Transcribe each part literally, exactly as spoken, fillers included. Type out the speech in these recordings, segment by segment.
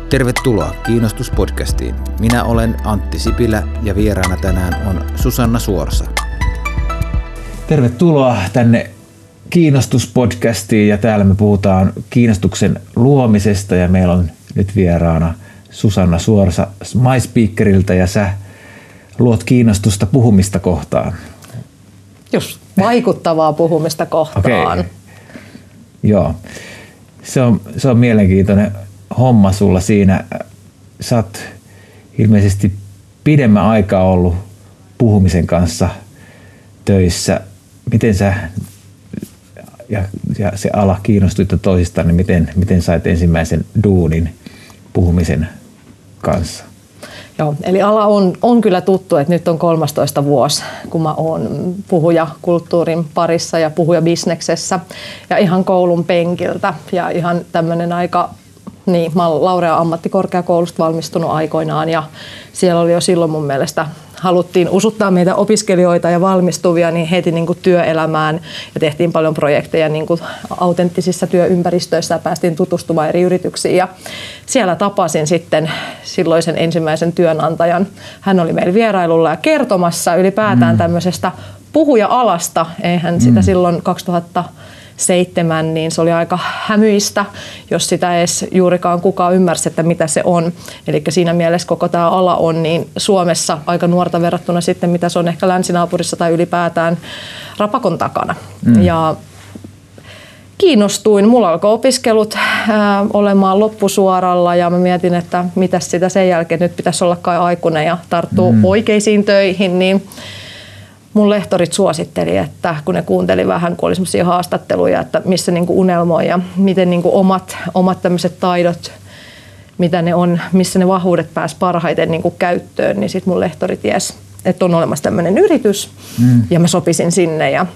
Tervetuloa Kiinnostus-podcastiin. Minä olen Antti Sipilä ja vieraana tänään on Susanna Suorsa. Tervetuloa tänne Kiinnostus-podcastiin ja täällä me puhutaan kiinnostuksen luomisesta ja meillä on nyt vieraana Susanna Suorsa MySpeakeriltä ja sä luot kiinnostusta puhumista kohtaan. Just vaikuttavaa puhumista kohtaan. Okay. Joo, se on, se on mielenkiintoinen homma sulla siinä. Sä oot ilmeisesti pidemmän aikaa ollut puhumisen kanssa töissä. Miten sä ja, ja se ala kiinnostuitte toisistaan, niin miten, miten sait ensimmäisen duunin puhumisen kanssa? Joo, eli ala on, on kyllä tuttu, että nyt on kolmastoista vuosi, kun mä oon puhuja kulttuurin parissa ja puhuja bisneksessä ja ihan koulun penkiltä ja ihan tämmöinen aika, niin mä oon Laurea ammattikorkeakoulusta valmistunut aikoinaan ja siellä oli jo silloin mun mielestä haluttiin usuttaa meitä opiskelijoita ja valmistuvia niin heti niin kuin työelämään ja tehtiin paljon projekteja niin kuin autenttisissa työympäristöissä ja päästiin tutustumaan eri yrityksiin. Ja siellä tapasin sitten silloisen ensimmäisen työnantajan. Hän oli meillä vierailulla ja kertomassa ylipäätään mm. tämmöisestä puhuja-alasta. Eihän sitä mm. silloin kaksituhattaseitsemän, niin se oli aika hämyistä, jos sitä edes juurikaan kukaan ymmärsi, että mitä se on. Eli siinä mielessä koko tämä ala on niin Suomessa aika nuorta verrattuna sitten, mitä se on ehkä länsinaapurissa tai ylipäätään Rapakon takana. Mm. Ja kiinnostuin. Mulla alkoi opiskelut ää, olemaan loppusuoralla ja mä mietin, että mitä sitä sen jälkeen, nyt pitäisi olla kai aikuinen ja tarttua mm. oikeisiin töihin, niin mun lehtorit suositteli, että kun ne kuunteli vähän, kun oli semmoisia haastatteluja, että missä niinku unelmoi ja miten niinku omat, omat tämmöiset taidot, mitä ne on, missä ne vahvuudet pääsi parhaiten niinku käyttöön, niin sitten mun lehtori ties, että on olemassa tämmöinen yritys mm. ja mä sopisin sinne. Ja,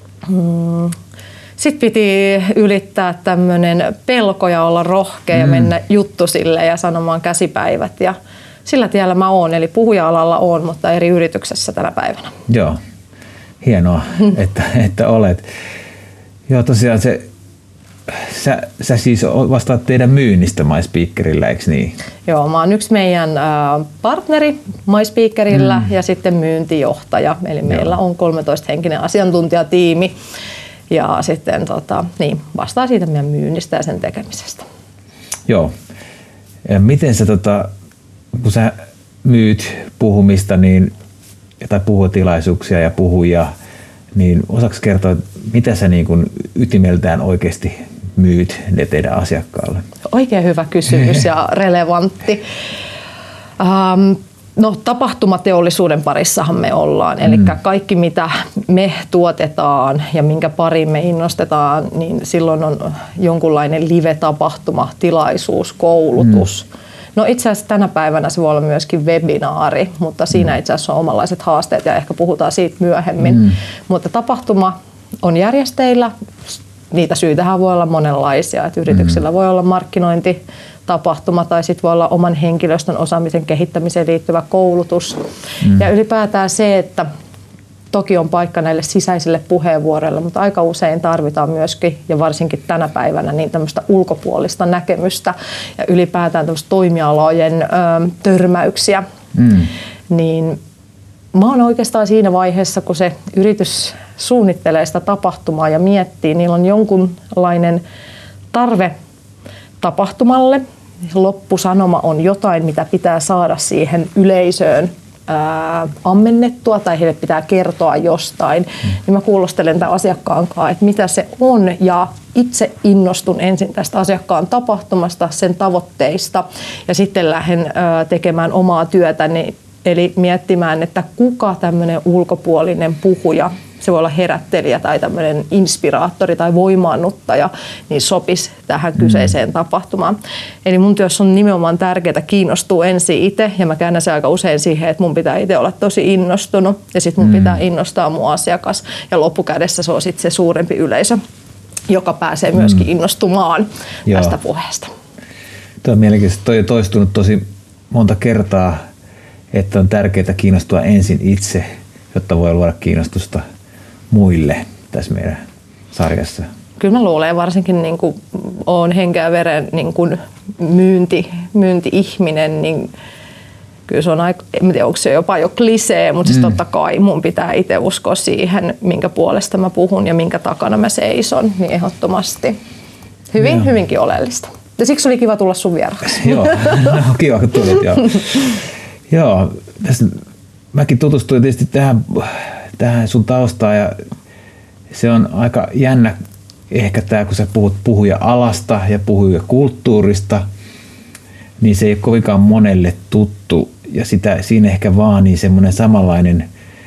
mm, sitten piti ylittää tämmöinen pelko ja olla rohkea mm. ja mennä juttusille ja sanomaan käsipäivät ja sillä tiellä mä oon, eli puhuja-alalla oon, mutta eri yrityksessä tänä päivänä. Joo, hienoa, että, että olet. Joo, tosiaan se, sä, sä siis vastaat teidän myynnistä MySpeakerillä, eikö niin? Joo, mä oon yksi meidän partneri MySpeakerillä mm. ja sitten myyntijohtaja, eli Joo. meillä on kolmetoista henkinen asiantuntijatiimi ja sitten tota, niin, vastaa siitä meidän myynnistä ja sen tekemisestä. Joo, ja miten sä tota kun sä myyt puhumista niin, tai puhutilaisuuksia ja puhujia, niin osaatko kertoa, mitä sä niin kuin ytimeltään oikeasti myyt ne teidän asiakkaalle? Oikein hyvä kysymys ja relevantti. Um, no, tapahtumateollisuuden parissahan me ollaan, eli mm. kaikki mitä me tuotetaan ja minkä pariin me innostetaan, niin silloin on jonkunlainen live-tapahtuma, tilaisuus, koulutus. Mm. No itse asiassa tänä päivänä se voi olla myöskin webinaari, mutta siinä itse asiassa on omanlaiset haasteet ja ehkä puhutaan siitä myöhemmin. Mm. Mutta tapahtuma on järjesteillä. Niitä syitähän voi olla monenlaisia. Että yrityksillä mm. voi olla markkinointitapahtuma tai sitten voi olla oman henkilöstön osaamisen kehittämiseen liittyvä koulutus. Mm. Ja ylipäätään se, että toki on paikka näille sisäisille puheenvuoroille, mutta aika usein tarvitaan myöskin, ja varsinkin tänä päivänä, niin tämmöistä ulkopuolista näkemystä ja ylipäätään tämmöistä toimialojen ö, törmäyksiä. Mm. Niin mä oon oikeastaan siinä vaiheessa, kun se yritys suunnittelee sitä tapahtumaa ja miettii, niillä on jonkunlainen tarve tapahtumalle. Loppusanoma on jotain, mitä pitää saada siihen yleisöön Ää, ammennettua tai heille pitää kertoa jostain, mm. niin mä kuulostelen tämän asiakkaan kanssa, että mitä se on ja itse innostun ensin tästä asiakkaan tapahtumasta, sen tavoitteista ja sitten lähden ää, tekemään omaa työtäni, eli miettimään, että kuka tämmöinen ulkopuolinen puhuja, se voi olla herättelijä tai tämmöinen inspiraattori tai voimaannuttaja, niin sopisi tähän kyseiseen mm. tapahtumaan. Eli mun työssä on nimenomaan tärkeää kiinnostua ensin itse, ja mä käännän se aika usein siihen, että mun pitää itse olla tosi innostunut, ja sitten mun mm. pitää innostaa mun asiakas, ja loppukädessä se on sitten se suurempi yleisö, joka pääsee myöskin mm. innostumaan Joo. tästä puheesta. Tuo on mielenkiintoista. Toi on toistunut tosi monta kertaa, että on tärkeää kiinnostua ensin itse, jotta voi luoda kiinnostusta muille tässä meidän sarjassa. Kyllä mä luulen, varsinkin niin kuin olen henkeä veren niin kuin myynti, myynti-ihminen, niin kyllä se on aika, en tiedä, onko se jopa jo klisee, mutta mm. siis totta kai mun pitää itse uskoa siihen, minkä puolesta mä puhun ja minkä takana mä seison, niin ehdottomasti. Hyvin, joo. hyvinkin oleellista. Ja siksi oli kiva tulla sun vieraaksi. Joo, no, kiva kun tulit. Joo, joo tässä mäkin tutustuin tietysti tähän, tähän sun taustaan ja se on aika jännä ehkä tämä, kun sä puhut puhuja-alasta ja puhuja-kulttuurista, niin se ei ole kovinkaan monelle tuttu ja sitä, siinä ehkä vaanii semmoinen samanlainen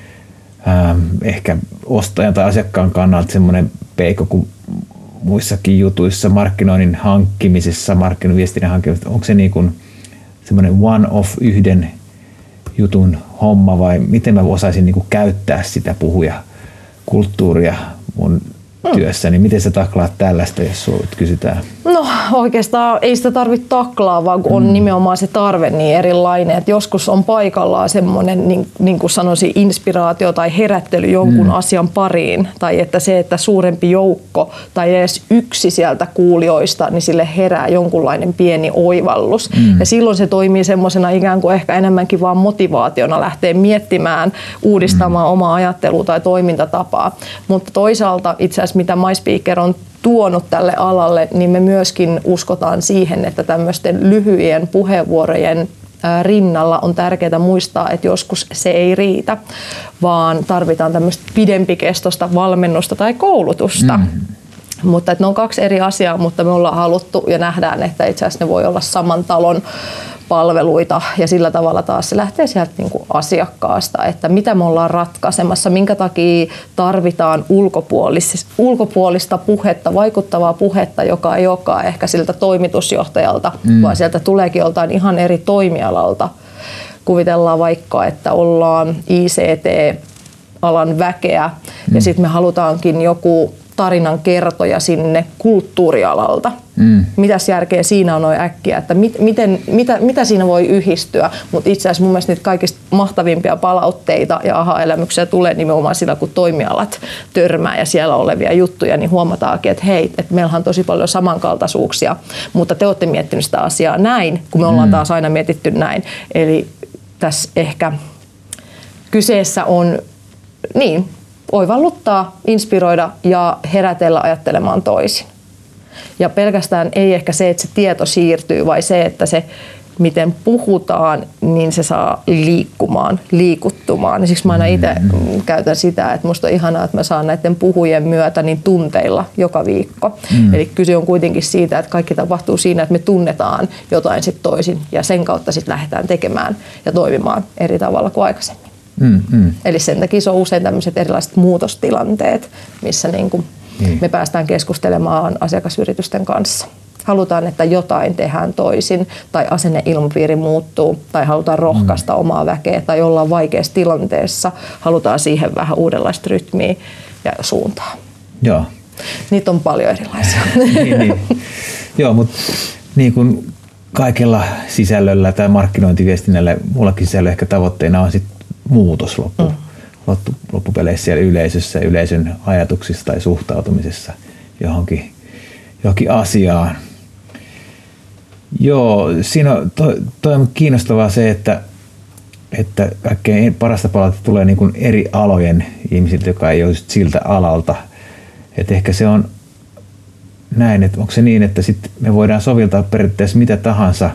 ähm, ehkä ostajan tai asiakkaan kannalta semmoinen peikko kuin muissakin jutuissa, markkinoinnin hankkimisessa, markkinoinnin viestinnän hankkimisessa. Onko se niin kuin semmoinen one-off yhden jutun homma vai miten mä osaisin niin kuin käyttää sitä puhujakulttuuria mun työssä, niin miten sä taklaat tällaista, jos sulta kysytään? No oikeastaan ei sitä tarvitse taklaa, vaan kun on mm. nimenomaan se tarve niin erilainen. Että joskus on paikallaan semmoinen, niin, niin kuin sanoisin, inspiraatio tai herättely jonkun mm. asian pariin. Tai että se, että suurempi joukko tai edes yksi sieltä kuulijoista, niin sille herää jonkunlainen pieni oivallus. Mm. Ja silloin se toimii semmoisena ikään kuin ehkä enemmänkin vaan motivaationa lähteä miettimään, uudistamaan mm. omaa ajattelua tai toimintatapaa. Mutta toisaalta itse asiassa mitä MySpeaker on tuonut tälle alalle, niin me myöskin uskotaan siihen, että tämmöisten lyhyiden puheenvuorojen rinnalla on tärkeää muistaa, että joskus se ei riitä, vaan tarvitaan tämmöistä pidempikestoista valmennusta tai koulutusta. Mm. Mutta että ne on kaksi eri asiaa, mutta me ollaan haluttu ja nähdään, että itse asiassa ne voi olla saman talon palveluita ja sillä tavalla taas se lähtee sieltä niin kuin asiakkaasta, että mitä me ollaan ratkaisemassa, minkä takia tarvitaan ulkopuolista, ulkopuolista puhetta, vaikuttavaa puhetta, joka ei olekaan ehkä siltä toimitusjohtajalta, mm. vaan sieltä tuleekin joltain ihan eri toimialalta. Kuvitellaan vaikka, että ollaan I C T-alan väkeä mm. ja sitten me halutaankin joku tarinan kertoja sinne kulttuurialalta. Mm. Mitäs järkeä siinä on noin äkkiä, että mit, miten, mitä, mitä siinä voi yhdistyä, mutta itse asiassa mun mielestä niitä kaikista mahtavimpia palautteita ja aha-elämyksiä tulee nimenomaan sillä, kun toimialat törmää ja siellä olevia juttuja, niin huomataankin, että hei, että meillähän on tosi paljon samankaltaisuuksia, mutta te olette miettinyt sitä asiaa näin, kun me ollaan mm. taas aina mietitty näin. Eli tässä ehkä kyseessä on niin, oivalluttaa, inspiroida ja herätellä ajattelemaan toisin. Ja pelkästään ei ehkä se, että se tieto siirtyy, vai se, että se miten puhutaan, niin se saa liikkumaan, liikuttumaan. Ja siksi mä aina itse käytän sitä, että musta on ihanaa, että mä saan näiden puhujien myötä niin tunteilla joka viikko. Mm. Eli kyse on kuitenkin siitä, että kaikki tapahtuu siinä, että me tunnetaan jotain sit toisin ja sen kautta sitten lähdetään tekemään ja toimimaan eri tavalla kuin aikaisemmin. Mm, mm. Eli sen takia se on usein tämmöiset erilaiset muutostilanteet, missä niin kuin mm. me päästään keskustelemaan asiakasyritysten kanssa. Halutaan, että jotain tehdään toisin tai asenneilmapiiri muuttuu tai halutaan rohkaista mm. omaa väkeä tai ollaan vaikeassa tilanteessa. Halutaan siihen vähän uudenlaista rytmiä ja suuntaa. Joo. Niitä on paljon erilaisia. niin, niin. Joo, mutta niin kuin kaikella sisällöllä tai markkinointiviestinnällä, mullakin sisällä ehkä tavoitteena on sit muutos loppu, mm. loppu, loppupeleissä siellä yleisössä, yleisön ajatuksissa tai suhtautumisessa johonkin, johonkin asiaan. Joo, siinä on, toi, toi on kiinnostavaa se, että, että kaikkein parasta palautetta tulee niin kuin eri alojen ihmisiltä, joka ei ole just siltä alalta. Et ehkä se on näin, että onko se niin, että sit me voidaan soviltaa periaatteessa mitä tahansa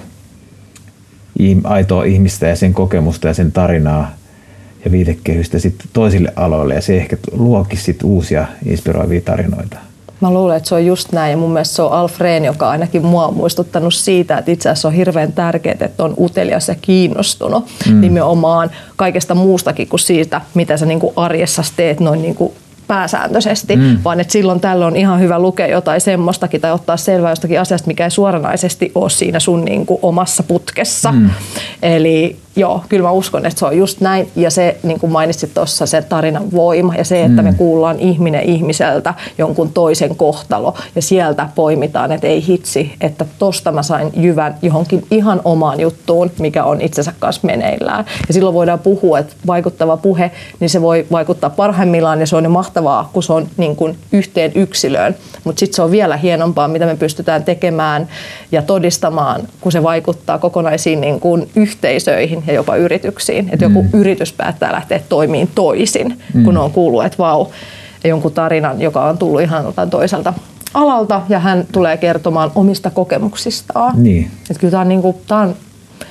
aitoa ihmistä ja sen kokemusta ja sen tarinaa ja viitekehystä sit toisille aloille ja se ehkä luokin sit uusia inspiroivia tarinoita. Mä luulen, että se on just näin ja mun mielestä se on Alf Rehn, joka ainakin mua on muistuttanut siitä, että itse asiassa on hirveän tärkeää, että on utelias ja kiinnostunut mm. nimenomaan kaikesta muustakin kuin siitä, mitä sä niin kuin arjessa teet noin niin kuin pääsääntöisesti, mm. vaan että silloin tällöin on ihan hyvä lukea jotain semmoistakin tai ottaa selvää jostakin asiasta, mikä ei suoranaisesti ole siinä sun niin kuin omassa putkessa. Mm. Eli joo, kyllä mä uskon, että se on just näin. Ja se, niin kuin mainitsit tuossa, se tarinan voima ja se, että mm. me kuullaan ihminen ihmiseltä jonkun toisen kohtalo ja sieltä poimitaan, että ei hitsi, että tosta mä sain jyvän johonkin ihan omaan juttuun, mikä on itsensä kanssa meneillään. Ja silloin voidaan puhua, että vaikuttava puhe, niin se voi vaikuttaa parhaimmillaan ja se on jo mahtavaa, kun se on niin kuin yhteen yksilöön. Mutta sitten se on vielä hienompaa, mitä me pystytään tekemään ja todistamaan, kun se vaikuttaa kokonaisiin niin kuin yhteisöihin ja jopa yrityksiin. Että joku mm. yritys päättää lähteä toimimaan toisin, mm. kun on kuullut, että vau, jonkun tarinan, joka on tullut ihan toiselta alalta ja hän tulee kertomaan omista kokemuksistaan. Niin. Että kyllä tämä on, niin kuin, tämä on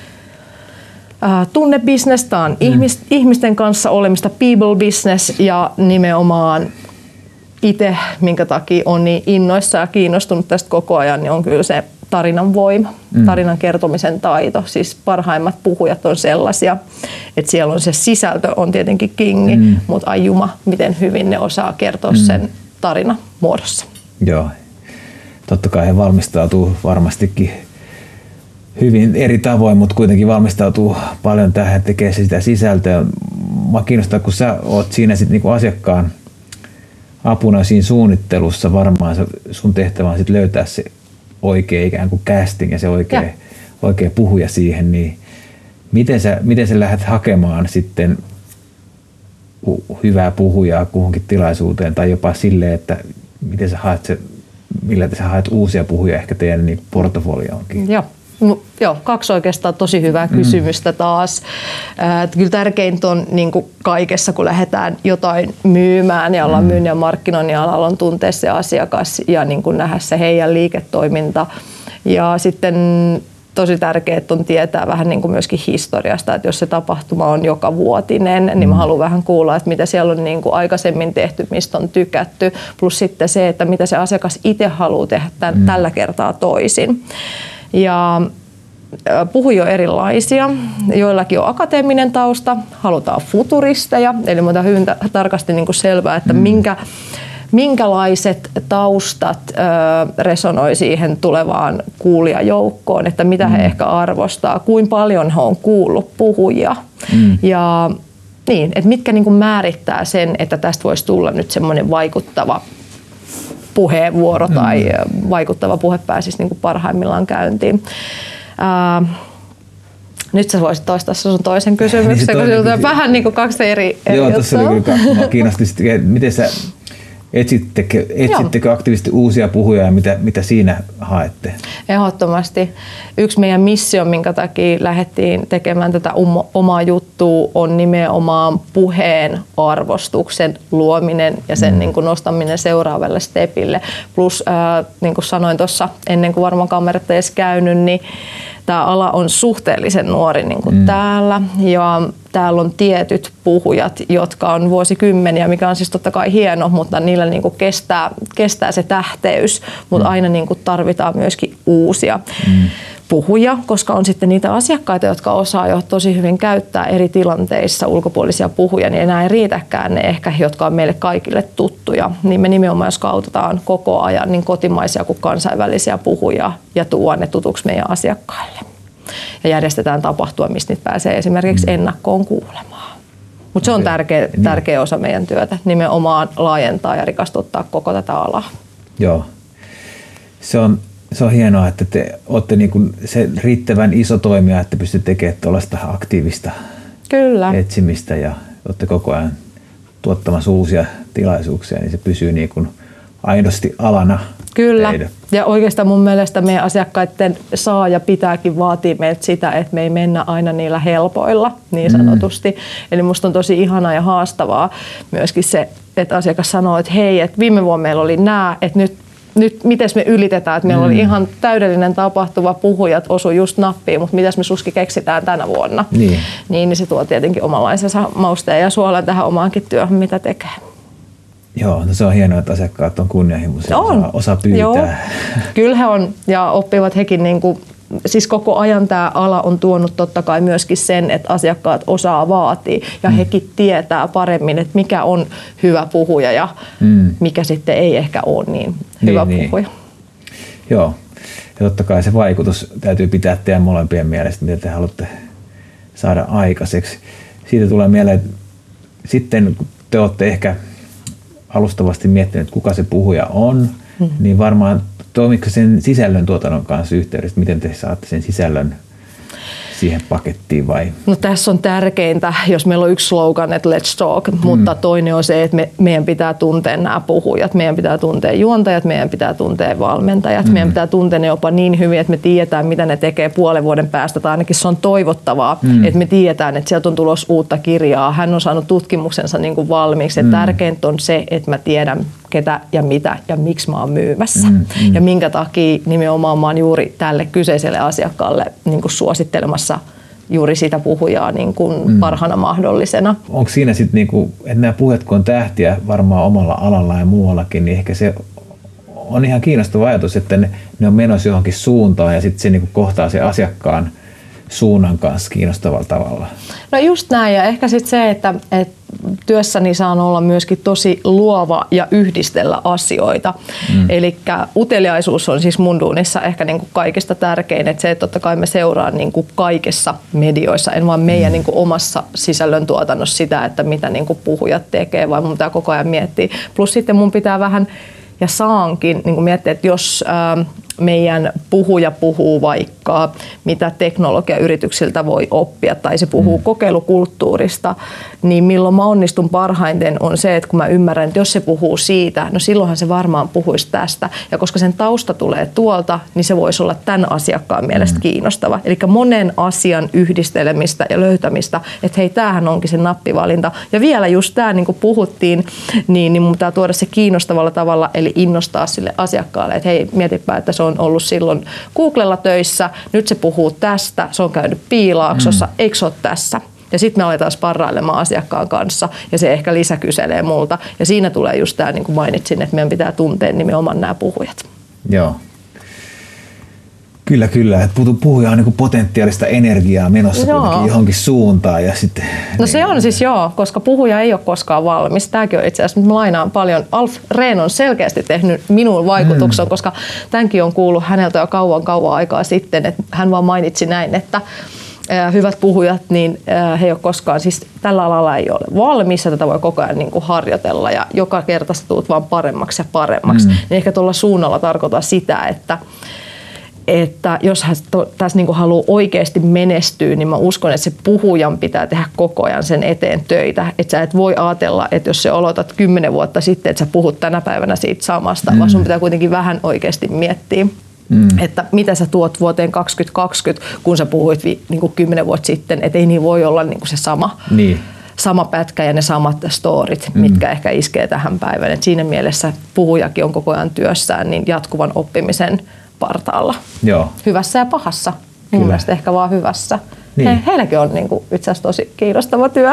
äh, tunnebisnes, tämä on mm. ihmis, ihmisten kanssa olemista people business ja nimenomaan itse, minkä takia on niin innoissa ja kiinnostunut tästä koko ajan, niin on kyllä se tarinan voima, mm. tarinan kertomisen taito. Siis parhaimmat puhujat on sellaisia, että siellä on se sisältö on tietenkin kingi, mm. mutta ai juma, miten hyvin ne osaa kertoa mm. sen tarinan muodossa. Joo, totta kai he valmistautuu varmastikin hyvin eri tavoin, mutta kuitenkin valmistautuu paljon tähän, tekee sitä sisältöä. Mä kiinnostaa, kun sä oot siinä sit niinku asiakkaan apuna siinä suunnittelussa, varmaan sun tehtävä on sit löytää se oikea ikään kuin casting ja se oikea, ja. oikea puhuja siihen, niin miten sä, miten sä lähdet hakemaan sitten hyvää puhujaa kuhunkin tilaisuuteen tai jopa silleen, että miten sä haet se, millä sä haet uusia puhujia ehkä teidän niin portfolioonkin? Joo. Joo, kaksi oikeastaan tosi hyvää kysymystä taas. Äh, kyllä tärkeintä on niin kuin kaikessa, kun lähdetään jotain myymään ja ollaan mm. myynnin ja markkinoinnin alalla, on tuntea se asiakas ja niin kuin nähdä se heidän liiketoiminta. Ja sitten tosi tärkeää on tietää vähän niin kuin myöskin historiasta, että jos se tapahtuma on joka vuotinen, niin mä haluan vähän kuulla, että mitä siellä on niin kuin aikaisemmin tehty, mistä on tykätty, plus sitten se, että mitä se asiakas itse haluaa tehdä tämän, mm. tällä kertaa toisin. Ja puhujia on erilaisia. Joillakin on akateeminen tausta, halutaan futuristeja, eli me on hyvin tarkasti niin kuin selvää, että mm. minkä, minkälaiset taustat ö, resonoi siihen tulevaan kuulijajoukkoon, että mitä mm. he ehkä arvostaa, kuinka paljon he on kuullut puhujia. Mm. Ja niin, että mitkä niin kuin määrittää sen, että tästä voisi tulla nyt semmoinen vaikuttava puheenvuoro tai mm. vaikuttava puhe pääsisi niin kuin parhaimmillaan käyntiin. Ää, nyt sä voisit toistaa sun toisen kysymyksen, niin kun on vähän niin kuin kaksi eri, eri Joo, tuossa oli kyllä kiinnosti, miten sä Etsittekö, etsittekö aktiivisesti uusia puhujia ja mitä, mitä siinä haette? Ehdottomasti. Yksi meidän missio, minkä takia lähdettiin tekemään tätä omaa juttua, on nimenomaan puheen arvostuksen luominen ja sen mm. niin kuin nostaminen seuraavalle stepille. Plus, äh, niin kuin sanoin tuossa ennen kuin varmaan kamerat ei edes käynyt, niin tämä ala on suhteellisen nuori niin kuin mm. täällä ja täällä on tietyt puhujat, jotka on vuosikymmeniä, mikä on siis totta kai hieno, mutta niillä niin kuin kestää, kestää se tähteys, mutta mm. aina niin kuin tarvitaan myöskin uusia mm. puhujia, koska on sitten niitä asiakkaita, jotka osaa jo tosi hyvin käyttää eri tilanteissa ulkopuolisia puhujia, niin enää ei riitäkään ne ehkä, jotka on meille kaikille tuttuja. Niin me nimenomaan, jos autetaan koko ajan niin kotimaisia kuin kansainvälisiä puhujia ja tuo ne tutuksi meidän asiakkaille. Ja järjestetään tapahtuma, mistä niitä pääsee esimerkiksi mm. ennakkoon kuulemaan. Mutta se on tärkeä, tärkeä osa meidän työtä, nimenomaan laajentaa ja rikastuttaa koko tätä alaa. Joo, se on, se on hienoa, että te olette niin kuin se riittävän iso toimija, että pystytte tekemään tuollaista aktiivista Kyllä. etsimistä ja olette koko ajan tuottamassa uusia tilaisuuksia, niin se pysyy niin kuin aidosti alana. Kyllä. Teidän. Ja oikeastaan mun mielestä meidän asiakkaiden saa ja pitääkin vaatia meiltä sitä, että me ei mennä aina niillä helpoilla niin sanotusti. Mm. Eli musta on tosi ihanaa ja haastavaa myöskin se, että asiakas sanoo, että hei, että viime vuonna meillä oli nämä, että nyt, nyt miten me ylitetään, että meillä mm. oli ihan täydellinen tapahtuma, puhujat osui just nappiin, mutta mitäs me suski keksitään tänä vuonna. Niin, niin, niin se tuo tietenkin omanlaisensa mausteen ja suolan tähän omaankin työhön, mitä tekee. Joo, no se on hienoa, että asiakkaat on kunnianhimoisia, osaa, osaa pyytää. Joo. Kyllä he on ja oppivat hekin, niin kuin, siis koko ajan tämä ala on tuonut totta kai myöskin sen, että asiakkaat osaa vaatia ja mm. hekin tietää paremmin, että mikä on hyvä puhuja ja mm. mikä sitten ei ehkä ole niin hyvä niin, puhuja. Niin. Joo, ja totta kai se vaikutus täytyy pitää teidän molempien mielestä, mitä te haluatte saada aikaiseksi. Siitä tulee mieleen, sitten kun te olette ehkä alustavasti miettineet, kuka se puhuja on, mm. niin varmaan toimiko sen sisällön tuotannon kanssa yhteydessä, miten te saatte sen sisällön siihen pakettiin vai? No tässä on tärkeintä, jos meillä on yksi slogan, että let's talk, mm. mutta toinen on se, että me, meidän pitää tuntea nämä puhujat, meidän pitää tuntea juontajat, meidän pitää tuntea valmentajat, mm. meidän pitää tuntea ne jopa niin hyvin, että me tiedetään, mitä ne tekee puolen vuoden päästä, tai ainakin se on toivottavaa, mm. että me tiedetään, että sieltä on tulossa uutta kirjaa, hän on saanut tutkimuksensa niin kuin valmiiksi, että mm. tärkeintä on se, että mä tiedän, ketä ja mitä ja miksi mä oon myymässä. Mm, mm. Ja minkä takia nimenomaan mä oon juuri tälle kyseiselle asiakkaalle niin kuin suosittelemassa juuri sitä puhujaa niin kuin mm. parhaana mahdollisena. Onko siinä sitten, niin kuin, että nämä puhujat kun on tähtiä varmaan omalla alalla ja muuallakin, niin ehkä se on ihan kiinnostava ajatus, että ne, ne on menossa johonkin suuntaan ja sitten se niin kuin kohtaa se asiakkaan suunnan kanssa kiinnostavalla tavalla. No just näin, ja ehkä sitten se, että, että työssäni saan olla myöskin tosi luova ja yhdistellä asioita. Mm. Eli uteliaisuus on siis mun duunissa ehkä niin kuin kaikista tärkein, että se, että totta kai me seuraan niin kuin kaikissa medioissa, en vaan meidän mm. niin kuin omassa sisällöntuotannossa sitä, että mitä niin kuin puhujat tekee, vaan mun pitää koko ajan miettiä. Plus sitten mun pitää vähän, ja saankin niin kuin miettiä, että jos ää, meidän puhuja puhuu vaikka, mitä teknologiayrityksiltä voi oppia, tai se puhuu mm. kokeilukulttuurista, niin milloin mä onnistun parhaiten on se, että kun mä ymmärrän, että jos se puhuu siitä, no silloinhan se varmaan puhuisi tästä. Ja koska sen tausta tulee tuolta, niin se voisi olla tämän asiakkaan mielestä mm. kiinnostava. Eli monen asian yhdistelemistä ja löytämistä, että hei, tämähän onkin se nappivalinta. Ja vielä just tämä, niin kuin puhuttiin, niin, niin mun pitää tuoda se kiinnostavalla tavalla, eli innostaa sille asiakkaalle, että hei, mietipä, että se on ollut silloin Googlella töissä, nyt se puhuu tästä, se on käynyt Piilaaksossa, mm. eikö se ole tässä? Ja sitten me aletaan sparrailemaan asiakkaan kanssa ja se ehkä lisäkyselee multa. Ja siinä tulee just tämä, niin kuin mainitsin, että meidän pitää tuntea nimenomaan nämä puhujat. Joo. Kyllä, kyllä. Että puhuja on niin kuin potentiaalista energiaa menossa johonkin suuntaan. Ja sitten, no se on siis joo, koska puhuja ei ole koskaan valmis. Tämäkin on itse asiassa, mä lainaan paljon. Alf Rehn on selkeästi tehnyt minuun vaikutuksen, mm. koska tämänkin on kuullut häneltä jo kauan kauan aikaa sitten. Että hän vaan mainitsi näin, että hyvät puhujat, niin he ei ole koskaan, siis tällä alalla ei ole valmis, ja tätä voi koko ajan niin kuin harjoitella, ja joka kerta sä tulet vaan paremmaksi ja paremmaksi. Mm. Niin ehkä tuolla suunnalla tarkoittaa sitä, että että jos hän tässä niin kuin haluaa oikeasti menestyä, niin mä uskon, että se puhujan pitää tehdä koko ajan sen eteen töitä. Että sä et voi ajatella, että jos sä aloitat kymmenen vuotta sitten, että sä puhut tänä päivänä siitä samasta, mm. vaan sun pitää kuitenkin vähän oikeasti miettiä, mm. että mitä sä tuot vuoteen kaksituhattakaksikymmentä, kun sä puhuit vi, niin kuin kymmenen vuotta sitten, että ei niin voi olla niin kuin se sama. Niin. sama pätkä ja ne samat storit, mm. mitkä ehkä iskee tähän päivään. Et siinä mielessä puhujakin on koko ajan työssään niin jatkuvan oppimisen partaalla. Joo. Hyvässä ja pahassa. Mun mielestä ehkä vaan hyvässä. Niin. He, heilläkin on niinku itse asiassa tosi kiinnostava työ.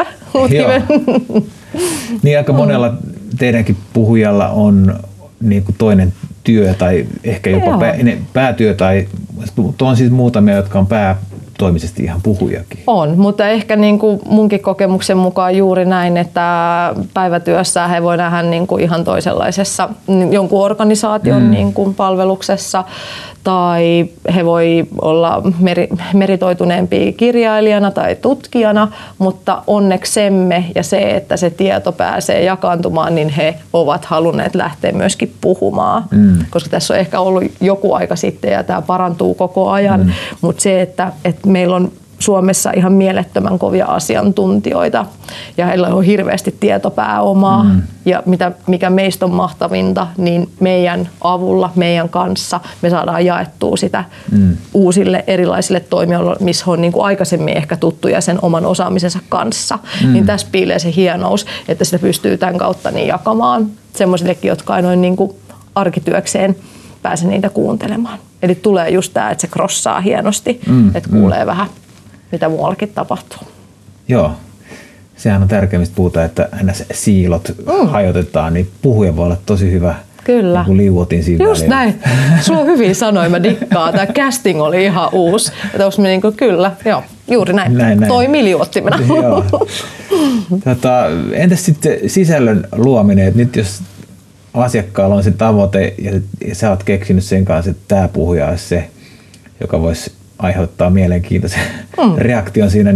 Niin aika monella teidänkin puhujalla on niinku toinen työ tai ehkä jopa pää, päätyö tai on siis muutamia, jotka on pää toimisesti ihan puhujakin. On, mutta ehkä niin kuin munkin kokemuksen mukaan juuri näin, että päivätyössä he voi nähdä niin kuin ihan toisenlaisessa jonkun organisaation mm. niin kuin palveluksessa, tai he voi olla meri, meritoituneempia kirjailijana tai tutkijana, mutta onneksemme ja se, että se tieto pääsee jakaantumaan, niin he ovat halunneet lähteä myöskin puhumaan, mm. koska tässä on ehkä ollut joku aika sitten ja tämä parantuu koko ajan, mm. mutta se, että, että meillä on Suomessa ihan mielettömän kovia asiantuntijoita ja heillä on hirveästi tietopääomaa mm. ja mitä, mikä meistä on mahtavinta, niin meidän avulla, meidän kanssa me saadaan jaettua sitä mm. uusille erilaisille toimijoille, missä on niin kuin aikaisemmin ehkä tuttuja sen oman osaamisensa kanssa. Mm. Niin tässä piilee se hienous, että sitä pystyy tämän kautta niin jakamaan semmoisillekin, jotka ei noin niin kuin arkityökseen pääse niitä kuuntelemaan. Eli tulee just tämä, että se crossaa hienosti, mm. että kuulee mm. vähän mitä muuallakin tapahtuu. Joo. Sehän on tärkeää, mistä puhutaan, että aina siilot mm. hajotetaan, niin puhuja voi olla tosi hyvä. Kyllä. Niin liuotin siinä just välillä. Näin. Sulla on hyviä sanoja, mä dikkaan. Tämä casting oli ihan uusi. Niin kuin, kyllä, joo, juuri näin. näin, näin. Toimii liuottimena. tota, entäs sitten sisällön luominen? Että nyt jos asiakkaalla on se tavoite ja, ja sä oot keksinyt sen kanssa, että tämä puhuja olisi se, joka voisi aiheuttaa mielenkiintoisen mm. reaktion siinä, niin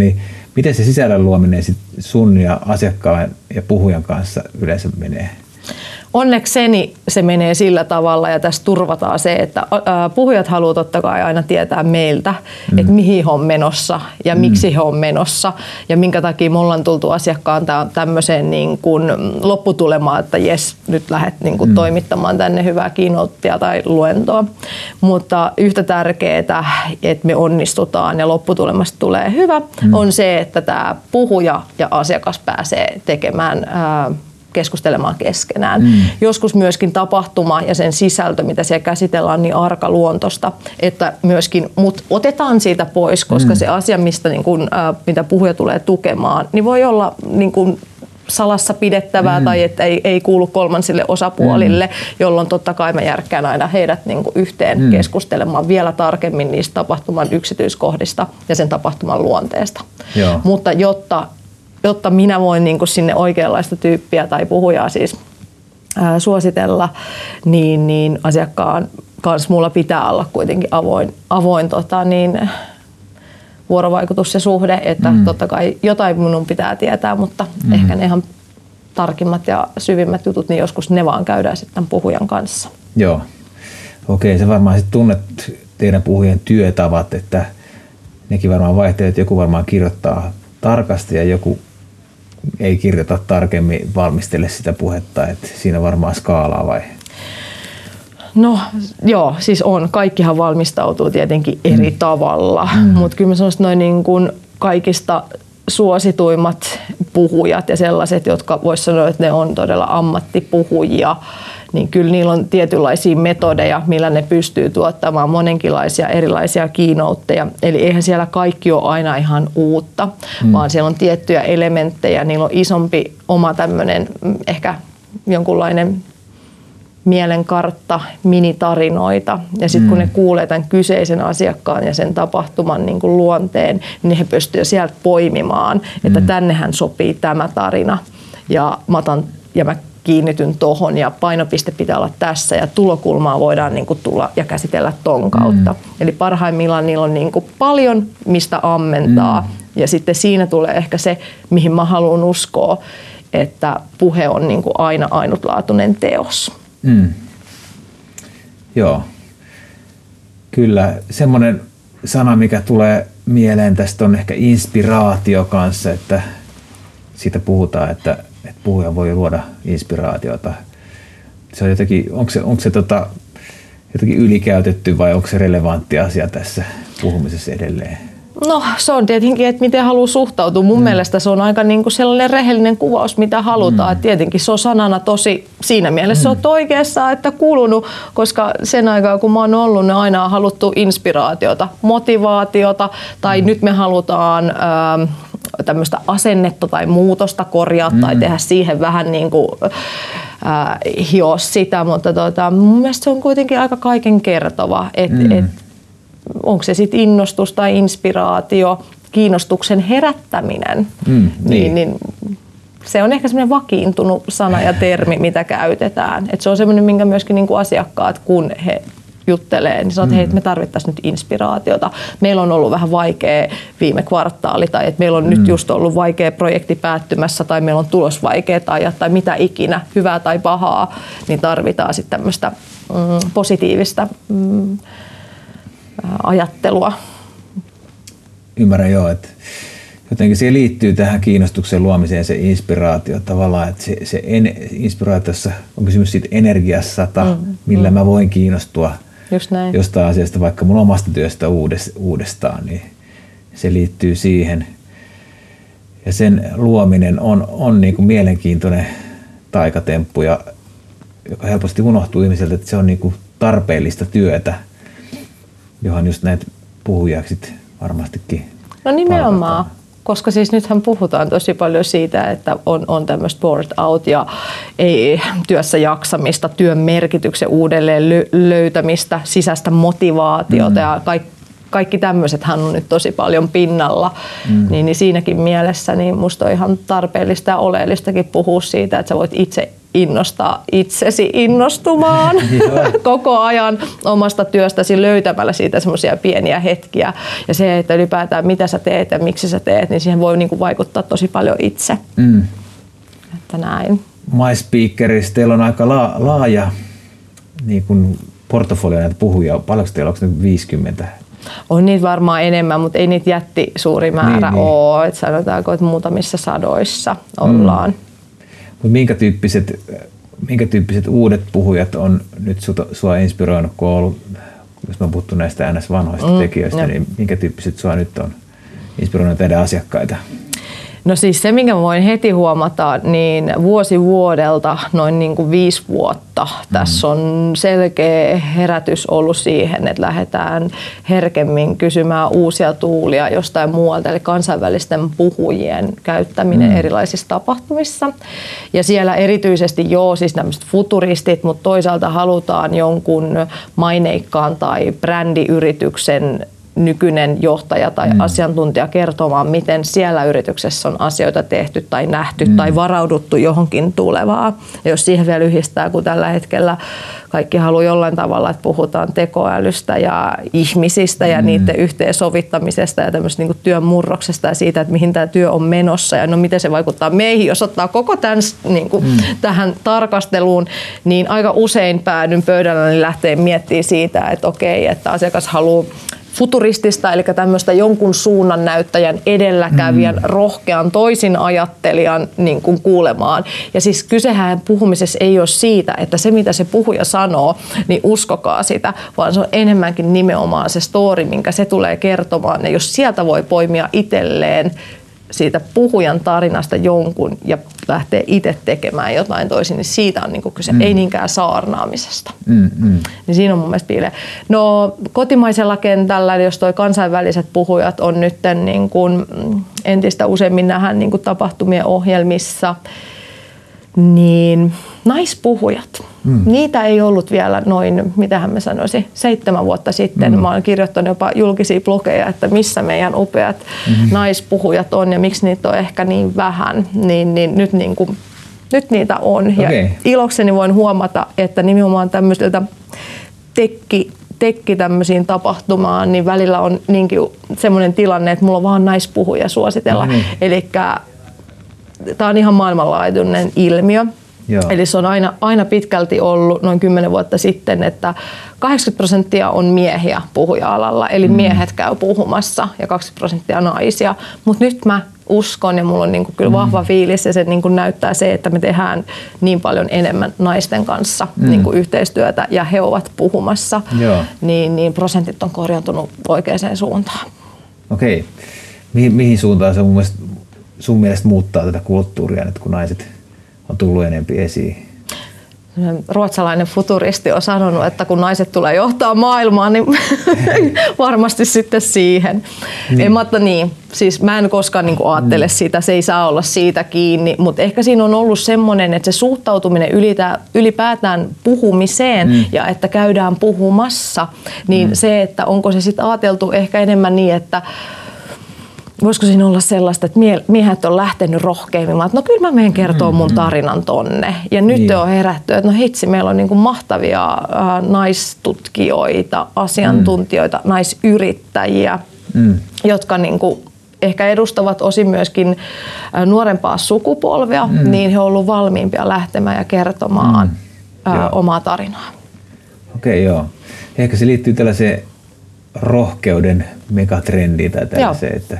Miten se sisällön luominen sit sun ja asiakkaan ja puhujan kanssa yleensä menee? Onnekseni se menee sillä tavalla ja tässä turvataan se, että puhujat haluaa totta kai aina tietää meiltä, mm. että mihin he on menossa ja mm. miksi he on menossa ja minkä takia me ollaan tultu asiakkaan tämmöiseen niin kuin lopputulemaan, että jes, nyt lähdet niin kuin mm. toimittamaan tänne hyvää keynotea tai luentoa. Mutta yhtä tärkeää, että me onnistutaan ja lopputulemasta tulee hyvä, mm. on se, että tämä puhuja ja asiakas pääsee tekemään ää, keskustelemaan keskenään. Mm. Joskus myöskin tapahtuma ja sen sisältö, mitä siellä käsitellään, on niin arkaluontoista, että myöskin mut otetaan siitä pois, koska mm. se asia, mistä, niin kun, äh, mitä puhuja tulee tukemaan, niin voi olla niin kun salassa pidettävää mm. tai että ei, ei kuulu kolmansille osapuolille, mm. jolloin totta kai mä järkkään aina heidät niin kuin yhteen mm. keskustelemaan vielä tarkemmin niistä tapahtuman yksityiskohdista ja sen tapahtuman luonteesta. Joo. Mutta jotta jotta minä voin niin kuin sinne oikeanlaista tyyppiä tai puhujaa siis ää, suositella, niin, niin asiakkaan kanssa mulla pitää olla kuitenkin avoin, avoin tota, niin, vuorovaikutus ja suhde, että mm. totta kai jotain minun pitää tietää, mutta mm. ehkä ne ihan tarkimmat ja syvimmät jutut, niin joskus ne vaan käydään sitten puhujan kanssa. Joo. Okei, sä varmaan sitten tunnet teidän puhujien työtavat, että nekin varmaan vaihtelevat, joku varmaan kirjoittaa tarkasti ja joku ei kirjoita tarkemmin, valmistele sitä puhetta, että siinä varmaan skaalaa vai? No joo, siis on. Kaikkihan valmistautuu tietenkin eri mm. tavalla, mm. mutta kyllä mä sanoisin, että noin niin kuin kaikista suosituimmat puhujat ja sellaiset, jotka voisi sanoa, että ne on todella ammattipuhujia, niin kyllä niillä on tietynlaisia metodeja, millä ne pystyy tuottamaan monenkinlaisia erilaisia keynoteja. Eli eihän siellä kaikki ole aina ihan uutta, mm. vaan siellä on tiettyjä elementtejä. Niillä on isompi oma tämmöinen ehkä jonkunlainen mielenkartta, minitarinoita. Ja sitten kun mm. ne kuulee tämän kyseisen asiakkaan ja sen tapahtuman niin kuin luonteen, niin he pystyvät sieltä poimimaan, että mm. tännehän sopii tämä tarina. Ja mä, otan, ja mä kiinnityn tohon ja painopiste pitää olla tässä ja tulokulmaa voidaan niin kuin tulla ja käsitellä ton kautta. Mm. Eli parhaimmillaan niillä on niin kuin paljon mistä ammentaa mm. ja sitten siinä tulee ehkä se, mihin mä haluan uskoa, että puhe on niin kuin aina ainutlaatuinen teos. Mm. Joo. Kyllä. Semmoinen sana, mikä tulee mieleen tästä on ehkä inspiraatio kanssa, että siitä puhutaan, että että puhuja voi luoda inspiraatiota. Se on jotenkin, onko se, onko se tota, jotenkin ylikäytetty vai onko se relevantti asia tässä puhumisessa edelleen? No se on tietenkin, että miten haluaa suhtautua. Mun mm. mielestä se on aika niin kuin sellainen rehellinen kuvaus, mitä halutaan. Mm. Tietenkin se on sanana tosi, siinä mielessä mm. olet oikeassa, että kulunut, koska sen aikaa kun mä oon ollut, niin aina on haluttu inspiraatiota, motivaatiota tai mm. nyt me halutaan Ähm, tämmöistä asennetta tai muutosta korjaa mm. tai tehdä siihen vähän niin kuin äh, hioa sitä, mutta tota, mun mielestä se on kuitenkin aika kaiken kertova, että mm. et, onko se sitten innostus tai inspiraatio, kiinnostuksen herättäminen, mm, niin. Niin, niin se on ehkä semmoinen vakiintunut sana ja termi, mitä käytetään. Et se on semmoinen, minkä myöskin niin kuin asiakkaat, kun he juttelee, niin sanoo, että hei, me tarvittaisiin nyt inspiraatiota. Meillä on ollut vähän vaikea viime kvartaali tai että meillä on mm. nyt just ollut vaikea projekti päättymässä tai meillä on tulos vaikeat ajat tai mitä ikinä, hyvää tai pahaa, niin tarvitaan sitten tämmöistä mm, positiivista mm, ajattelua. Ymmärrän joo, että jotenkin se liittyy tähän kiinnostuksen luomiseen se inspiraatio tavallaan, että se, se en, inspiraatiossa on kysymys siitä energiasta, mm, millä mm. mä voin kiinnostua jostain asiasta, vaikka mun omasta työstä uudestaan, niin se liittyy siihen. Ja sen luominen on, on niin kuin mielenkiintoinen taikatemppu, ja, joka helposti unohtuu ihmiseltä, että se on niin kuin tarpeellista työtä, johon just näitä puhujaksi varmastikin no nimenomaan. Palkataan. Koska siis nythän puhutaan tosi paljon siitä, että on, on tämmöistä bored out ja ei työssä jaksamista, työn merkityksen uudelleen löytämistä, sisäistä motivaatiota mm. ja kaikki, kaikki tämmöisethän on nyt tosi paljon pinnalla. Mm. Niin, niin siinäkin mielessä niin musta on ihan tarpeellista ja oleellistakin puhua siitä, että sä voit itse innostaa itsesi innostumaan koko ajan omasta työstäsi löytämällä siitä semmoisia pieniä hetkiä. Ja se, että ylipäätään mitä sä teet ja miksi sä teet, niin siihen voi niinku vaikuttaa tosi paljon itse. Mm. Että näin. MySpeakerissa teillä on aika la- laaja niin kuin portfolio näitä puhujia. Paljonko teillä, onko ne viisikymmentä? On niitä varmaan enemmän, mutta ei niitä jätti suuri määrä niin, ole. Että sanotaanko, että muutamissa sadoissa ollaan. Mm. Mut minkä tyyppiset, minkä tyyppiset uudet puhujat on nyt sua inspiroinut, kun on ollut, jos mä oon puhuttu näistä ns. Vanhoista mm, tekijöistä, jo. niin minkä tyyppiset sua nyt on inspiroinut teidän asiakkaita? No siis se, minkä voin heti huomata, niin vuosi vuodelta noin niin kuin viisi vuotta tässä on selkeä herätys ollut siihen, että lähdetään herkemmin kysymään uusia tuulia jostain muualta, eli kansainvälisten puhujien käyttäminen mm. erilaisissa tapahtumissa. Ja siellä erityisesti joo, siis tämmöiset futuristit, mutta toisaalta halutaan jonkun maineikkaan tai brändiyrityksen nykyinen johtaja tai mm. asiantuntija kertomaan, miten siellä yrityksessä on asioita tehty tai nähty mm. tai varauduttu johonkin tulevaa. Ja jos siihen vielä yhdistää, kun tällä hetkellä kaikki haluaa jollain tavalla, että puhutaan tekoälystä ja ihmisistä ja mm. niiden yhteensovittamisesta ja tämmöistä niin työn murroksesta ja siitä, että mihin tämä työ on menossa ja no miten se vaikuttaa meihin. Jos ottaa koko tämän niin kuin mm. tähän tarkasteluun, niin aika usein päädyn pöydällä niin lähtee miettimään siitä, että okei, että asiakas haluaa futuristista, eli tämmöistä jonkun suunnan näyttäjän, edelläkävijän, mm. rohkean, toisin ajattelijan niin kuin kuulemaan. Ja siis kysehän puhumisessa ei ole siitä, että se mitä se puhuja sanoo, niin uskokaa sitä, vaan se on enemmänkin nimenomaan se story, minkä se tulee kertomaan. Ja jos sieltä voi poimia itselleen siitä puhujan tarinasta jonkun ja lähtee itse tekemään jotain toisin, niin siitä on niinku kyse, mm. ei niinkään saarnaamisesta. Mm, mm. Niin siinä on mun mielestä piilee. No kotimaisella kentällä, jos toi kansainväliset puhujat on nyt niin kuin entistä useammin nähdään niin kuin tapahtumien ohjelmissa, niin naispuhujat, mm. niitä ei ollut vielä noin, mitähän mä sanoisin, seitsemän vuotta sitten. Mm. Mä oon kirjoittanut jopa julkisia blogeja, että missä meidän upeat mm. naispuhujat on ja miksi niitä on ehkä niin vähän. Niin, niin nyt, niin kuin, nyt niitä on. Okay. Ja ilokseni voin huomata, että nimenomaan tämmöisiltä tekki, tekki tämmöisiin tapahtumaan, niin välillä on niinkin semmoinen tilanne, että mulla on vaan naispuhuja suositella. Mm. Elikkä tämä on ihan maailmanlaajuinen ilmiö. Joo. Eli se on aina, aina pitkälti ollut noin kymmenen vuotta sitten, että kahdeksankymmentä prosenttia on miehiä puhuja-alalla, eli mm. miehet käy puhumassa ja kaksikymmentä prosenttia naisia. Mutta nyt mä uskon ja mulla on niinku kyllä vahva mm. fiilis ja se niinku näyttää se, että me tehdään niin paljon enemmän naisten kanssa mm. niinku yhteistyötä ja he ovat puhumassa, niin, niin prosentit on korjantunut oikeaan suuntaan. Okei. Mihin, mihin suuntaan se mun mielestä, sun mielestä muuttaa tätä kulttuuria nyt, kun naiset on tullut enempi esiin? Ruotsalainen futuristi on sanonut, että kun naiset tulee johtaa maailmaa, niin varmasti sitten siihen. Niin. En, mutta niin, siis mä en koskaan niin kuin ajattele sitä, se ei saa olla siitä kiinni, mutta ehkä siinä on ollut semmoinen, että se suhtautuminen ylipäätään puhumiseen mm. ja että käydään puhumassa, niin mm. se, että onko se sitten ajateltu ehkä enemmän niin, että voisiko siinä olla sellaista, että miehet on lähtenyt rohkeimmin, että no kyllä mä menen kertoa mun tarinan tonne. Ja nyt niin. on herätty, että no hitsi, meillä on niin kuin mahtavia äh, naistutkijoita, asiantuntijoita, mm. naisyrittäjiä, mm. jotka niin kuin ehkä edustavat osin myöskin äh, nuorempaa sukupolvea, mm. niin he ovat olleet valmiimpia lähtemään ja kertomaan mm. äh, omaa tarinaa. Okei, okay, joo. Ehkä se liittyy tällaiseen rohkeuden megatrendiin tai tällaiseen, että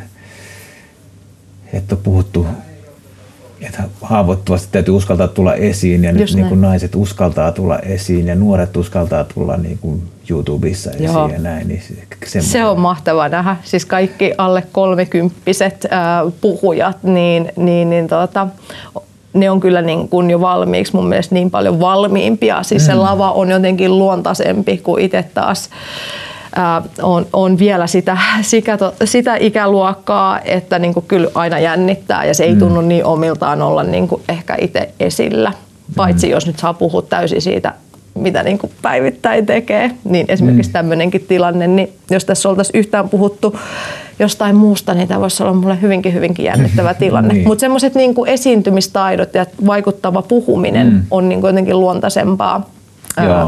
että on puhuttu, että haavoittuvasti täytyy uskaltaa tulla esiin ja nyt niin kuin naiset uskaltaa tulla esiin ja nuoret uskaltaa tulla niin kuin YouTubessa esiin Joo. ja näin. Niin se, se on mahtavaa nähdä. Siis kaikki alle kolmekymppiset äh, puhujat, niin, niin, niin tuota, ne on kyllä niin kuin jo valmiiksi mun mielestä niin paljon valmiimpia. Siis mm. se lava on jotenkin luontaisempi kuin itse taas. Äh, on, on vielä sitä, sitä, sitä ikäluokkaa, että niin kuin kyllä aina jännittää ja se ei tunnu niin omiltaan olla niin kuin ehkä itse esillä. Paitsi mm. jos nyt saa puhua täysin siitä, mitä niin kuin päivittäin tekee, niin esimerkiksi mm. tämmöinenkin tilanne, niin jos tässä oltaisiin yhtään puhuttu jostain muusta, niin tämä voisi olla mulle hyvinkin, hyvinkin jännittävä tilanne. niin. Mutta semmoiset niin kuin esiintymistaidot ja vaikuttava puhuminen mm. on niin kuin jotenkin luontaisempaa ää,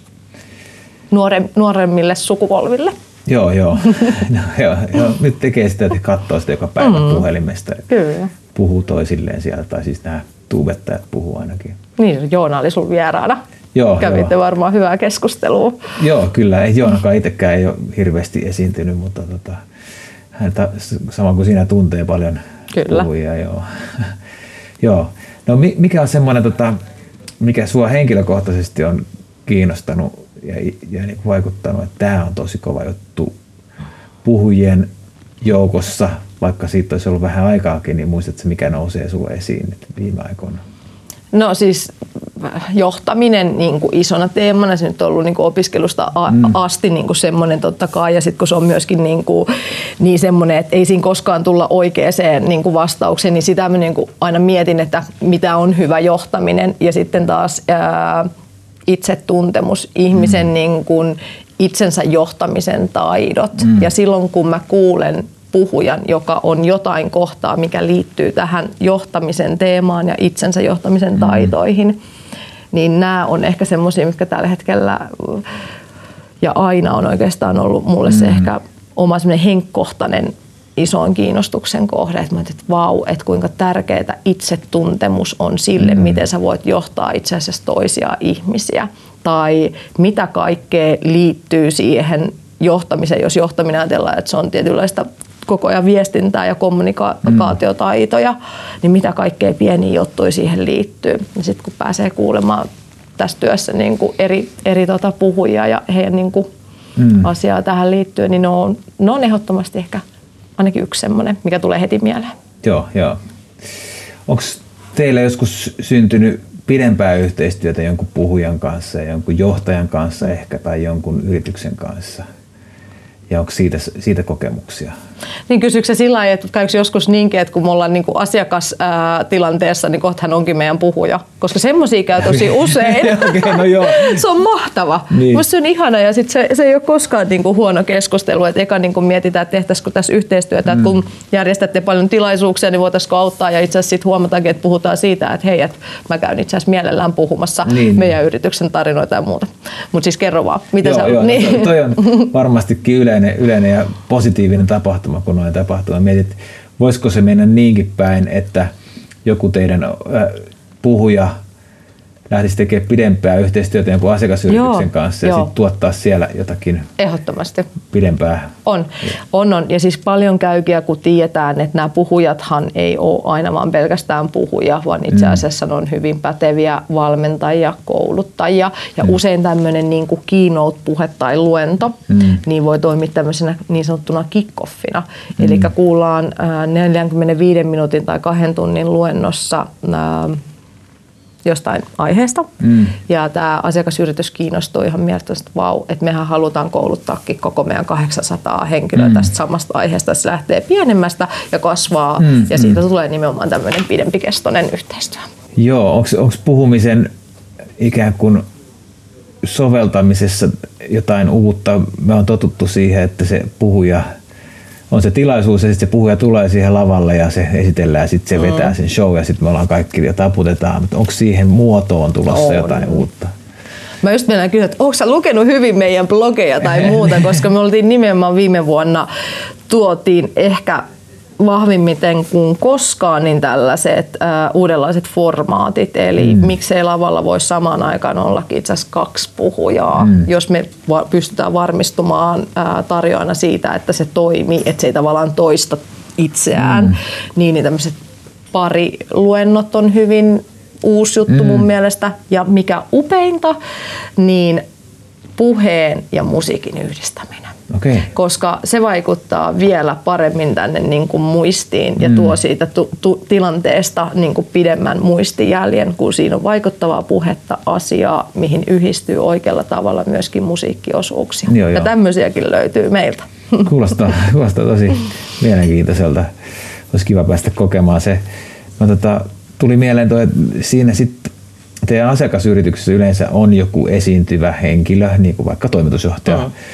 nuore, nuoremmille sukupolville. Joo, joo. No, joo, joo. Nyt tekee sitä, että katsoo sitä joka päivä mm. puhelimesta. Kyllä. Puhuu toisilleen sieltä, tai siis nämä tuubettajat puhuu ainakin. Niin, Joona oli sun vieraana. Joo, Kävitte joo. varmaan hyvää keskustelua. Joo, kyllä. Ei Joonakaan itsekään ei ole hirveästi esiintynyt, mutta tota, häntä sama kuin sinä tuntee paljon kyllä. puhujia. Joo. joo. No mikä on semmoinen, tota, mikä sua henkilökohtaisesti on kiinnostanut ja, ja niin vaikuttanut, että tämä on tosi kova juttu puhujien joukossa, vaikka siitä olisi ollut vähän aikaakin, niin muistatko, mikä nousee sulle esiin viime aikoina? No siis johtaminen niin kuin isona teemana, se nyt on ollut niin kuin opiskelusta a- mm. asti niin kuin semmoinen totta kai, ja sitten kun se on myöskin niin, kuin, niin semmoinen, että ei siinä koskaan tulla oikeaan niin kuin vastaukseen, niin sitä mä niin kuin aina mietin, että mitä on hyvä johtaminen, ja sitten taas ää, itsetuntemus, ihmisen mm. niin kuin itsensä johtamisen taidot, mm. ja silloin kun mä kuulen puhujan, joka on jotain kohtaa, mikä liittyy tähän johtamisen teemaan ja itsensä johtamisen taitoihin, mm. niin nämä on ehkä semmoisia, mitkä tällä hetkellä ja aina on oikeastaan ollut mulle mm. se ehkä oma semmoinen henkkohtainen isoin kiinnostuksen kohde, että mä ajattelin, että vau, että kuinka tärkeää itsetuntemus on sille, mm. miten sä voit johtaa itse asiassa toisia ihmisiä, tai mitä kaikkea liittyy siihen johtamiseen, jos johtaminen ajatellaan, että se on tietynlaista koko ajan viestintää ja kommunikaatiotaitoja, mm. niin mitä kaikkea pieniä juttuja siihen liittyy. Ja sitten kun pääsee kuulemaan tässä työssä niin kuin eri, eri tota puhujia ja heidän niin kuin mm. asiaa tähän liittyen, niin ne on, ne on ehdottomasti ehkä ainakin yksi semmoinen, mikä tulee heti mieleen. Joo, joo. Onko teillä joskus syntynyt pidempää yhteistyötä jonkun puhujan kanssa, jonkun johtajan kanssa ehkä tai jonkun yrityksen kanssa? Ja onko siitä, siitä kokemuksia? Niin kysyykö se sillä lailla, että käykö joskus niinkin, että kun me ollaan niin kuin asiakastilanteessa, niin kohta hän onkin meidän puhuja? Koska semmoisia käy tosi usein. okay, no joo. Se on mahtava. Niin. Musta se on ihana ja sit se, se ei ole koskaan niin kuin huono keskustelu. Et eka niin kuin mietitään, että tehtäisikö tässä yhteistyötä. Mm. Kun järjestätte paljon tilaisuuksia, niin voitaisiinko auttaa. Ja itse asiassa sitten huomataankin, että puhutaan siitä, että hei, että mä käyn itse asiassa mielellään puhumassa niin. meidän yrityksen tarinoita ja muuta. Mutta siis kerro vaan, mitä joo, sä... Joo, niin. no, toi on varmastikin yleinen, yleinen ja positiivinen tapahtuma, kun noin tapahtuu. Mietit, voisiko se mennä niinkin päin, että joku teidän äh, puhuja lähtisi tekemään pidempää yhteistyötä jonkun asiakasyrityksen joo, kanssa ja sitten tuottaa siellä jotakin ehdottomasti pidempää. On, on, on. Ja siis paljon käykiä, kun tiedetään, että nämä puhujathan ei ole aina vaan pelkästään puhuja, vaan itse asiassa ne on hyvin päteviä valmentajia, kouluttajia. Ja mm. usein tämmöinen niin kuin keynote-puhe tai luento mm. niin voi toimia tämmöisenä niin sanottuna kick-offina. Mm. Eli kuullaan neljänkymmenenviiden minuutin tai kahden tunnin luennossa jostain aiheesta. Mm. Ja tämä asiakasyritys kiinnostuu ihan mielestäni, että vau, että mehän halutaan kouluttaakin koko meidän kahdeksansataa henkilöä mm. tästä samasta aiheesta. Se lähtee pienemmästä ja kasvaa mm. ja siitä mm. tulee nimenomaan tämmöinen pidempikestoinen yhteistyö. Joo, onko puhumisen ikään kuin soveltamisessa jotain uutta? Me on totuttu siihen, että se puhuja on se tilaisuus ja sitten se puhuja tulee siihen lavalle ja se esitellään ja sitten se mm. vetää sen show ja sitten me ollaan kaikki ja taputetaan. Mutta onko siihen muotoon tulossa on. jotain uutta? Mä just mennään kysyä, että onko sä lukenut hyvin meidän blogeja tai muuta, koska me oltiin nimenomaan viime vuonna tuotiin ehkä vahvimmiten kuin koskaan niin tällaiset äh, uudenlaiset formaatit, eli mm. miksei lavalla voi samaan aikaan ollakin itse asiassa kaksi puhujaa, mm. jos me va- pystytään varmistumaan äh, tarjoajana siitä, että se toimii, että se ei tavallaan toista itseään, mm. niin, niin tämmöiset pariluennot on hyvin uusi juttu mm. mun mielestä, ja mikä upeinta, niin puheen ja musiikin yhdistäminen. Okay. Koska se vaikuttaa vielä paremmin tänne niin kuin muistiin ja mm. tuo siitä tu- tu- tilanteesta niin kuin pidemmän muistijäljen, kun siinä on vaikuttavaa puhetta, asiaa, mihin yhdistyy oikealla tavalla myöskin musiikkiosuuksia. Joo, ja joo. tämmöisiäkin löytyy meiltä. Kuulostaa, kuulostaa tosi mielenkiintoiselta. Olisi kiva päästä kokemaan se. No, tota, tuli mieleen tuo, että siinä sitten teidän asiakasyrityksessä yleensä on joku esiintyvä henkilö, niin kuin vaikka toimitusjohtaja. Mm.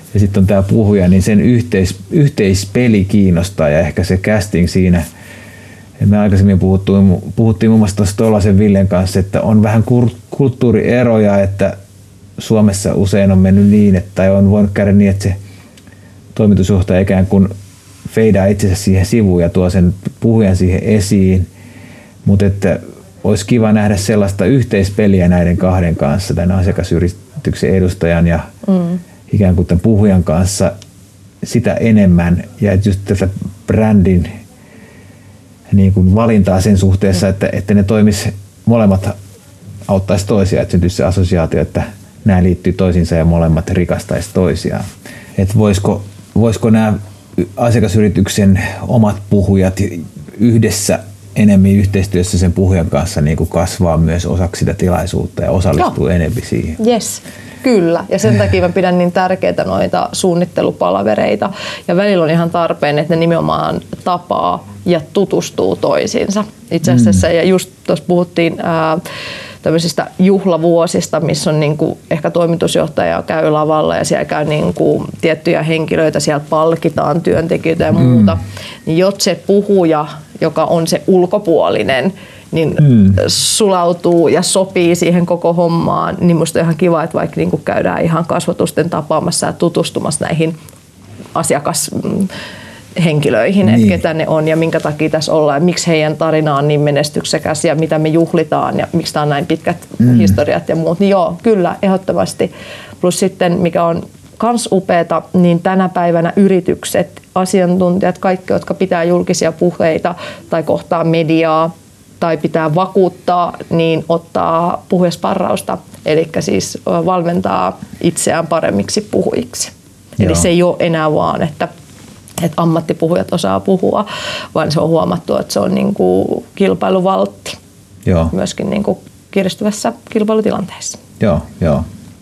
ja sitten on tämä puhuja, niin sen yhteis, yhteispeli kiinnostaa ja ehkä se casting siinä. Me aikaisemmin puhuttiin, puhuttiin muun muassa tuossa Tolasen Villen kanssa, että on vähän kulttuurieroja, että Suomessa usein on mennyt niin, että tai on voinut käydä niin, että se toimitusjohtaja ikään kuin feidaa itsensä siihen sivuun ja tuo sen puhujan siihen esiin, mutta että olisi kiva nähdä sellaista yhteispeliä näiden kahden kanssa, tämän asiakasyrityksen edustajan ja mm. ikään kuin tämän puhujan kanssa sitä enemmän ja just tätä brändin niin kuin valintaa sen suhteessa, että, että ne toimis molemmat auttaisi toisiaan, että syntyisi se assosiaatio, että nämä liittyy toisiinsa ja molemmat rikastaisi toisiaan. Että voisiko, voisiko nämä asiakasyrityksen omat puhujat yhdessä enemmän yhteistyössä sen puhujan kanssa niin kuin kasvaa myös osaksi sitä tilaisuutta ja osallistuu enemmän siihen. Yes. Kyllä, ja sen takia mä pidän niin tärkeitä noita suunnittelupalavereita. Ja välillä on ihan tarpeen, että ne nimenomaan tapaa ja tutustuu toisiinsa. Itse asiassa, mm. ja just tuossa puhuttiin ää, tämmöisistä juhlavuosista, missä on niinku, ehkä toimitusjohtaja käy lavalla ja siellä käy niinku, tiettyjä henkilöitä, siellä palkitaan työntekijöitä ja muuta. Mm. Niin jos se puhuja, joka on se ulkopuolinen, niin mm. sulautuu ja sopii siihen koko hommaan, niin musta on ihan kiva, että vaikka niin käydään ihan kasvatusten tapaamassa ja tutustumassa näihin asiakashenkilöihin, niin. että ketä ne on ja minkä takia tässä ollaan ja miksi heidän tarina on niin menestyksekäs ja mitä me juhlitaan ja miksi tämä on näin pitkät mm. historiat ja muut. Niin joo, kyllä, ehdottomasti. Plus sitten, mikä on kans upeata, niin tänä päivänä yritykset, asiantuntijat, kaikki, jotka pitää julkisia puheita tai kohtaa mediaa, tai pitää vakuuttaa, niin ottaa puhujasparrausta, eli siis valmentaa itseään paremmiksi puhujiksi. Joo. Eli se ei ole enää vaan, että, että ammattipuhujat osaa puhua, vaan se on huomattu, että se on niin kuin kilpailuvaltti. Joo. Myöskin niin kuin kiristyvässä kilpailutilanteessa. Joo, joo.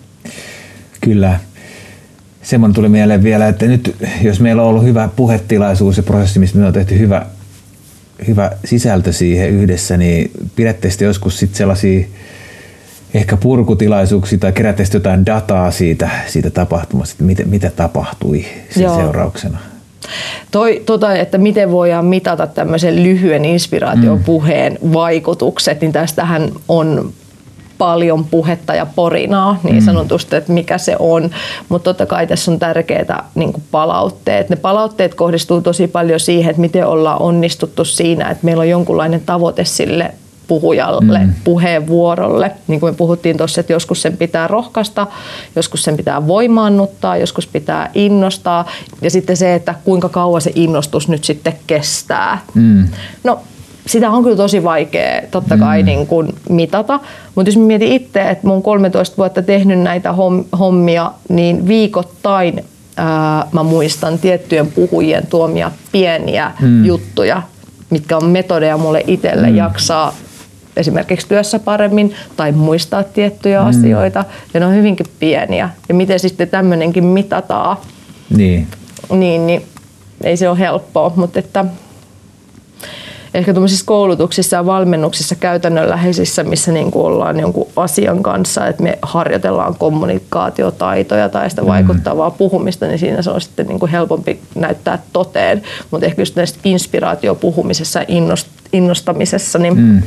Kyllä. Semmoinen tuli mieleen vielä, että nyt jos meillä on ollut hyvä puhetilaisuus ja prosessi, missä me on tehty hyvä hyvä sisältö siihen yhdessä, niin pidätte sitten joskus sit sellaisia ehkä purkutilaisuuksia tai kerätte jotain dataa siitä, siitä tapahtumasta, että mitä, mitä tapahtui sen Joo. seurauksena? Toi, tota, että miten voidaan mitata tämmöisen lyhyen inspiraatiopuheen mm. vaikutukset, niin tästähän on paljon puhetta ja porinaa niin sanotusti, että mikä se on. Mutta totta kai tässä on tärkeää niin kuin palautteet. Ne palautteet kohdistuu tosi paljon siihen, että miten ollaan onnistuttu siinä, että meillä on jonkunlainen tavoite sille puhujalle, mm. puheenvuorolle. Niin kuin me puhuttiin tuossa, että joskus sen pitää rohkaista, joskus sen pitää voimaannuttaa, joskus pitää innostaa. Ja sitten se, että kuinka kauan se innostus nyt sitten kestää. Mm. No, sitä on kyllä tosi vaikea totta kai mm. niin kuin mitata, mutta jos mä mietin itse, että mä oon kolmetoista vuotta tehnyt näitä hommia, niin viikoittain ää, mä muistan tiettyjen puhujien tuomia pieniä mm. juttuja, mitkä on metodeja mulle itselle mm. jaksaa esimerkiksi työssä paremmin tai muistaa tiettyjä mm. asioita, ja ne on hyvinkin pieniä. Ja miten sitten tämmöinenkin mitataan, niin. Niin, niin ei se ole helppoa, mutta että ehkä tuollaisissa koulutuksissa ja valmennuksissa käytännönläheisissä, missä niin kuin ollaan jonkun asian kanssa, että me harjoitellaan kommunikaatiotaitoja tai sitä vaikuttavaa puhumista, niin siinä se on sitten niin kuin helpompi näyttää toteen. Mutta ehkä just näistä inspiraatiopuhumisessa ja innostamisessa, niin mm.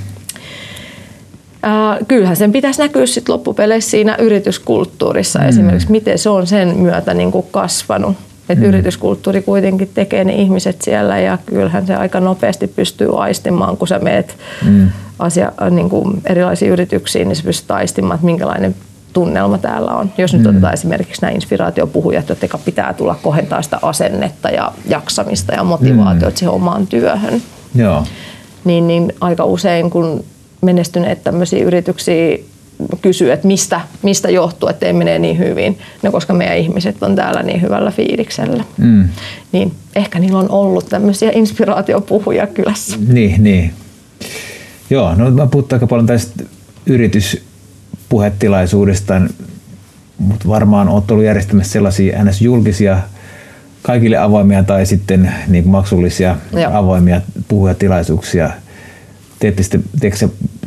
ää, kyllähän sen pitäisi näkyä sit loppupeleissä siinä yrityskulttuurissa mm. esimerkiksi, miten se on sen myötä niin kuin kasvanut. Et mm. yrityskulttuuri kuitenkin tekee ne ihmiset siellä ja kyllähän se aika nopeasti pystyy aistimaan, kun sä meet mm. asia, niin kuin erilaisiin yrityksiin, niin sä pystyt aistimaan, että minkälainen tunnelma täällä on. Jos nyt mm. otetaan esimerkiksi nämä inspiraatiopuhujat, jotka pitää tulla kohentaa sitä asennetta ja jaksamista ja motivaatiota mm. siihen omaan työhön. Joo. Niin, niin aika usein, kun menestyneet tämmöisiä yrityksiä kysyy, että mistä, mistä johtuu, että ei mene niin hyvin, no koska meidän ihmiset on täällä niin hyvällä fiiliksellä. Mm. Niin ehkä niillä on ollut tämmöisiä inspiraatiopuhuja kylässä. Niin, niin. Joo, no mä puhuttu aika paljon tästä yrityspuhetilaisuudesta, mutta varmaan olet ollut järjestämässä sellaisia ns. Julkisia, kaikille avoimia tai sitten niin maksullisia Joo. avoimia puhujatilaisuuksia. Teette sitten, teekö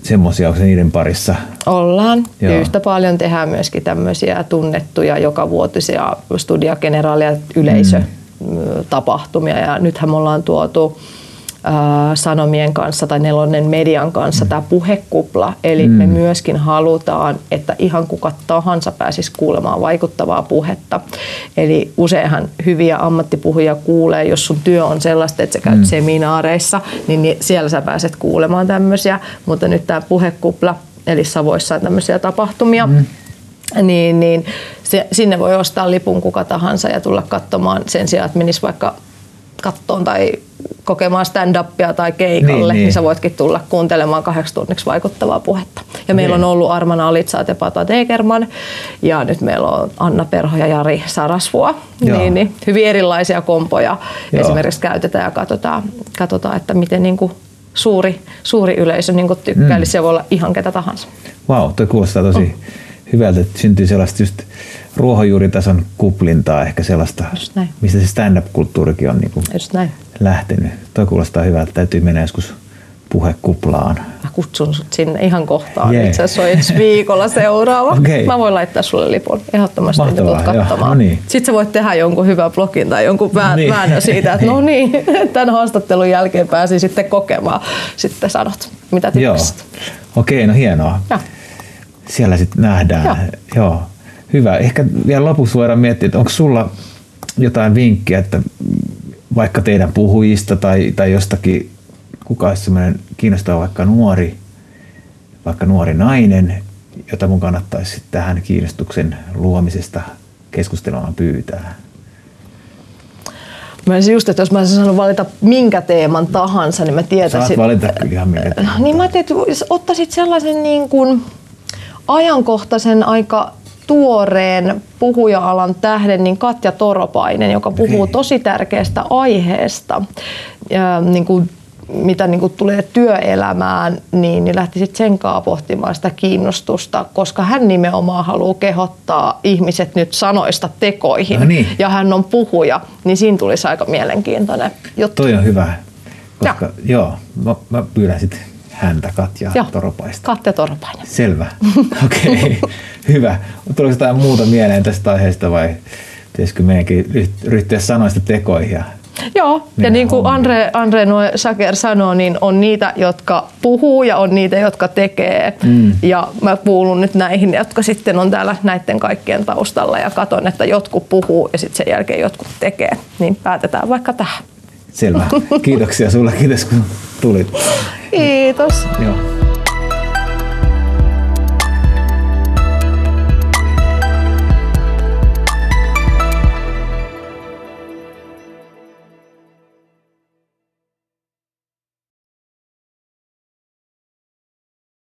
semmoisia, onko se niiden parissa? Ollaan. Joo. Yhtä paljon tehdään myöskin tämmöisiä tunnettuja jokavuotisia Studia Generalia yleisötapahtumia. Ja nythän me ollaan tuotu Sanomien kanssa tai Nelonen Median kanssa mm. tämä puhekupla. Eli mm. me myöskin halutaan, että ihan kuka tahansa pääsisi kuulemaan vaikuttavaa puhetta. Eli useinhan hyviä ammattipuhujia kuulee, jos sun työ on sellaista, että sä käyt mm. seminaareissa, niin siellä sä pääset kuulemaan tämmöisiä. Mutta nyt tämä puhekupla, eli Savoissa on tämmöisiä tapahtumia, mm. niin, niin se, sinne voi ostaa lipun kuka tahansa ja tulla katsomaan sen sijaan, että menisi vaikka kattoon tai kokemaan stand-upia tai keikalle, niin, niin. niin sä voitkin tulla kuuntelemaan kahdeksi tunniksi vaikuttavaa puhetta. Ja meillä on ollut Armana Alitsaat ja Pata Degerman ja nyt meillä on Anna Perho ja Jari Sarasvuo. Niin, niin, hyvin erilaisia kompoja Joo. esimerkiksi käytetään ja katsotaan, katsotaan että miten niin kuin suuri, suuri yleisö niin kuin tykkää. Mm. Eli se voi olla ihan ketä tahansa. Vau, wow, toi kuulostaa tosi oh. hyvältä, että syntyy sellaista just ruohonjuuritason kuplintaa, ehkä sellaista, mistä se stand-up-kulttuurikin on niin kuin lähtenyt. Toi kuulostaa hyvältä, täytyy mennä joskus puhekuplaan. Mä kutsun sut sinne ihan kohtaan. Yeah. Itse asiassa on ensi viikolla seuraava. Okay. Mä voin laittaa sulle lipun. Ehdottomasti ne tulet katsomaan. No niin. Sitten sä voit tehdä jonkun hyvän blogin tai jonkun väännön niin. väännön siitä, että no niin, tämän haastattelun jälkeen pääsin sitten kokemaan. Sitten sanot, mitä tykkäsit. Okei, okay, no hienoa. Ja. Siellä sitten nähdään. Ja. Joo. Hyvä. Ehkä vielä lopuksi voidaan miettiä, että onko sulla jotain vinkkiä, että vaikka teidän puhujista tai, tai jostakin, kuka olisi sellainen kiinnostava vaikka nuori, vaikka nuori nainen, jota mun kannattaisi tähän kiinnostuksen luomisesta keskustelemaan pyytää? Mä olisin just, että jos mä olisin saanut valita minkä teeman tahansa, niin mä tietäisin... Saat valita ihan minkä teeman. Niin mä ajattelin, että jos ottaisit sellaisen niin kuin ajankohtaisen aika tuoreen puhuja-alan tähden, niin Katja Toropainen, joka puhuu okay. tosi tärkeästä aiheesta, ja, niin kuin, mitä niin kuin tulee työelämään, niin, niin lähtisit sen kanssa pohtimaan sitä kiinnostusta, koska hän nimenomaan haluaa kehottaa ihmiset nyt sanoista tekoihin, no niin. ja hän on puhuja, niin siinä tulisi aika mielenkiintoinen juttu. Toi on hyvä, koska ja. joo, mä, mä pyydän sitten häntä, Katja Joo, Toropaista. Katja Toropainen. Selvä. Okei, okay. Hyvä. Tuleeko jotain muuta mieleen tästä aiheesta vai pitäisikö meidänkin ryhtyä sanoista tekoihin? Joo, ja niin kuin Andre, Andre Saker sanoo, niin on niitä, jotka puhuu ja on niitä, jotka tekee. Mm. Ja mä kuulun nyt näihin, jotka sitten on täällä näiden kaikkien taustalla ja katon, että jotkut puhuu ja sitten sen jälkeen jotkut tekee. Niin päätetään vaikka tähän. Selvä. Kiitoksia sulle. Kiitos kun tulit. Kiitos. Joo.